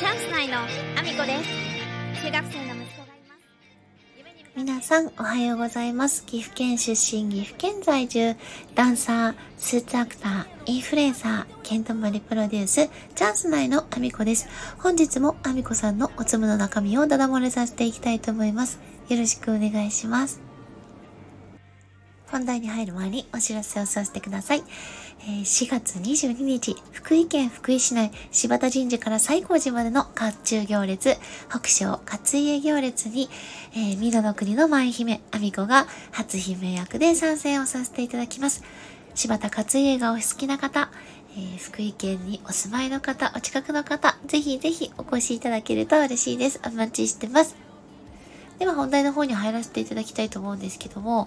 チャンス内のアミコです。中学生の息子がいます。 皆さんおはようございます。岐阜県出身、岐阜県在住、ダンサー、スーツアクター、インフルエンサー、ケントマリプロデュース、チャンス内のアミコです。本日もアミコさんのおつむの中身をダダ漏れさせていきたいと思います。よろしくお願いします。本題に入る前にお知らせをさせてください。4月22日、福井県福井市内、柴田神社から西光寺までの甲冑行列、北昇勝家行列に、美濃の国の舞姫、アミコが初姫役で参戦をさせていただきます。柴田勝家がお好きな方、福井県にお住まいの方、お近くの方、ぜひぜひお越しいただけると嬉しいです。お待ちしてます。では本題の方に入らせていただきたいと思うんですけども、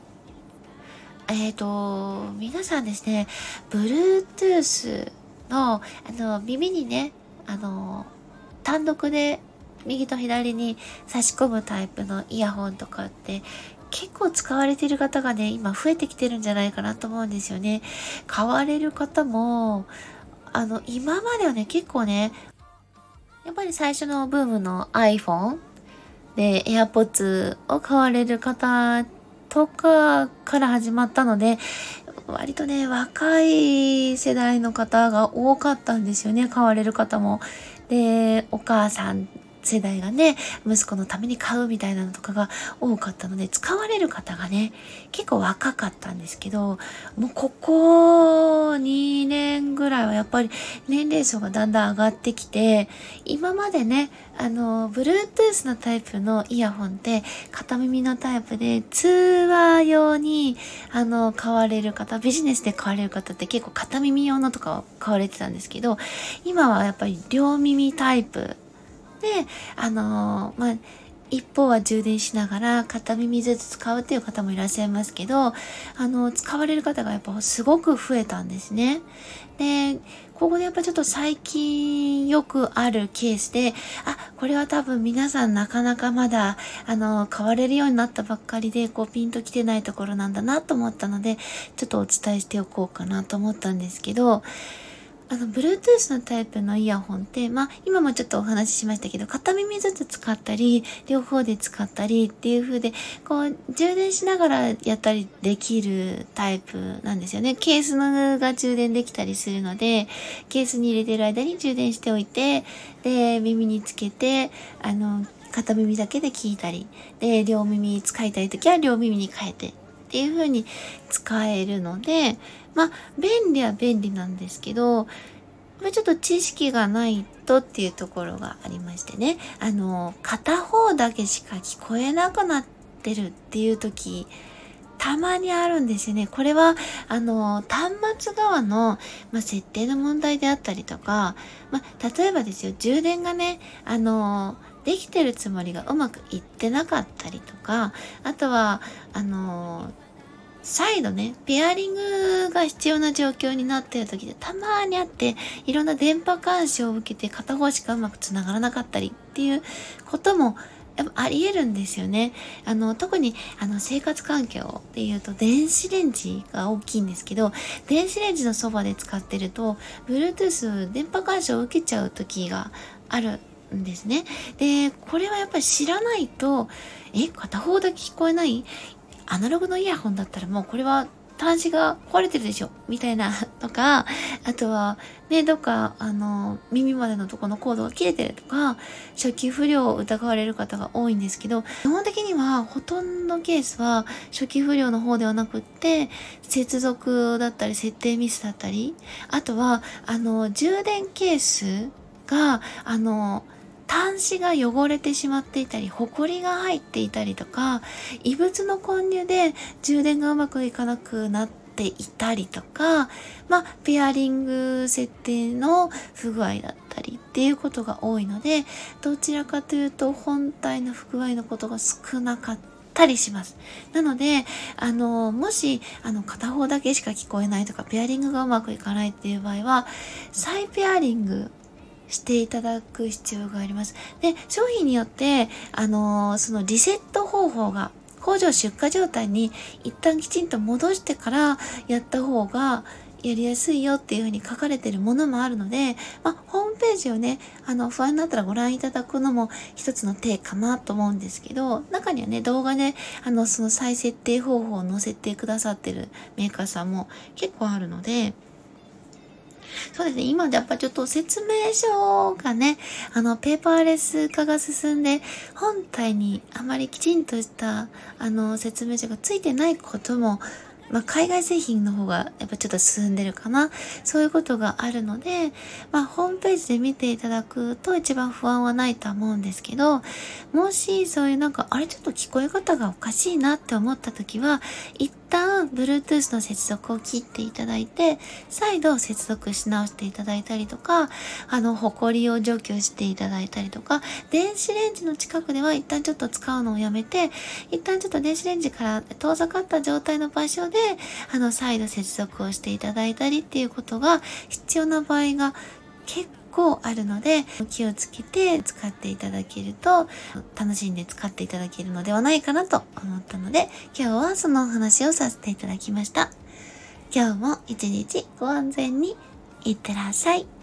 皆さんですね、Bluetooth の、耳にね、単独で右と左に差し込むタイプのイヤホンとかって結構使われている方がね、今増えてきてるんじゃないかなと思うんですよね。買われる方も、今まではね、結構ね、やっぱり最初のブームの iPhone で AirPods を買われる方とかから始まったので、割とね、若い世代の方が多かったんですよね、買われる方も。で、お母さん世代がね、息子のために買うみたいなのとかが多かったので、使われる方がね、結構若かったんですけど、もうここ2年ぐらいはやっぱり年齢層がだんだん上がってきて、今までね、Bluetooth のタイプのイヤホンって片耳のタイプで通話用に買われる方、ビジネスで買われる方って結構片耳用のとかを買われてたんですけど、今はやっぱり両耳タイプで、一方は充電しながら片耳ずつ使うっていう方もいらっしゃいますけど、使われる方がやっぱすごく増えたんですね。で、ここでやっぱちょっと最近よくあるケースで、これは多分皆さんなかなかまだ、買われるようになったばっかりで、ピンと来てないところなんだなと思ったので、ちょっとお伝えしておこうかなと思ったんですけど、Bluetooth のタイプのイヤホンって、今もちょっとお話ししましたけど、片耳ずつ使ったり、両方で使ったりっていう風で、充電しながらやったりできるタイプなんですよね。ケースのが充電できたりするので、ケースに入れてる間に充電しておいて、で、耳につけて、片耳だけで聞いたり、で、両耳使いたいときは両耳に変えて、っていう風に使えるので、便利は便利なんですけど、ちょっと知識がないとっていうところがありましてね。片方だけしか聞こえなくなってるっていう時、たまにあるんですよね。これは、端末側の、設定の問題であったりとか、例えばですよ、充電がね、できてるつもりがうまくいってなかったりとか、あとは、再度ね、ペアリングが必要な状況になっている時でたまにあって、いろんな電波干渉を受けて片方しかうまくつながらなかったりっていうこともやっぱあり得るんですよね。特に生活環境っていうと電子レンジが大きいんですけど、電子レンジのそばで使ってると Bluetooth 電波干渉を受けちゃう時があるんですね。で、これはやっぱり知らないと、片方だけ聞こえない？アナログのイヤホンだったらもうこれは端子が壊れてるでしょみたいなとか、あとはね、どっか耳までのとこのコードが切れてるとか、初期不良を疑われる方が多いんですけど、基本的にはほとんどケースは初期不良の方ではなくって、接続だったり設定ミスだったり、あとは充電ケースが端子が汚れてしまっていたり、ホコリが入っていたりとか、異物の混入で充電がうまくいかなくなっていたりとか、ペアリング設定の不具合だったりっていうことが多いので、どちらかというと本体の不具合のことが少なかったりします。なので、もし、片方だけしか聞こえないとか、ペアリングがうまくいかないっていう場合は、再ペアリングしていただく必要があります。で、商品によって、そのリセット方法が工場出荷状態に一旦きちんと戻してからやった方がやりやすいよっていうふうに書かれてるものもあるので、ホームページをね、不安になったらご覧いただくのも一つの手かなと思うんですけど、中にはね、動画で、その再設定方法を載せてくださってるメーカーさんも結構あるので、そうですね。今やっぱちょっと説明書がね、ペーパーレス化が進んで、本体にあまりきちんとした、説明書がついてないことも、海外製品の方がやっぱちょっと進んでるかな。そういうことがあるので、ホームページで見ていただくと一番不安はないとは思うんですけど、もしそういうあれちょっと聞こえ方がおかしいなって思った時は、一旦 Bluetooth の接続を切っていただいて、再度接続し直していただいたりとか、ホコリを除去していただいたりとか、電子レンジの近くでは一旦ちょっと使うのをやめて、一旦ちょっと電子レンジから遠ざかった状態の場所で、再度接続をしていただいたりっていうことが必要な場合が結構あるので、気をつけて使っていただけると、楽しんで使っていただけるのではないかなと思ったので、今日はそのお話をさせていただきました。今日も一日ご安全にいってらっしゃい。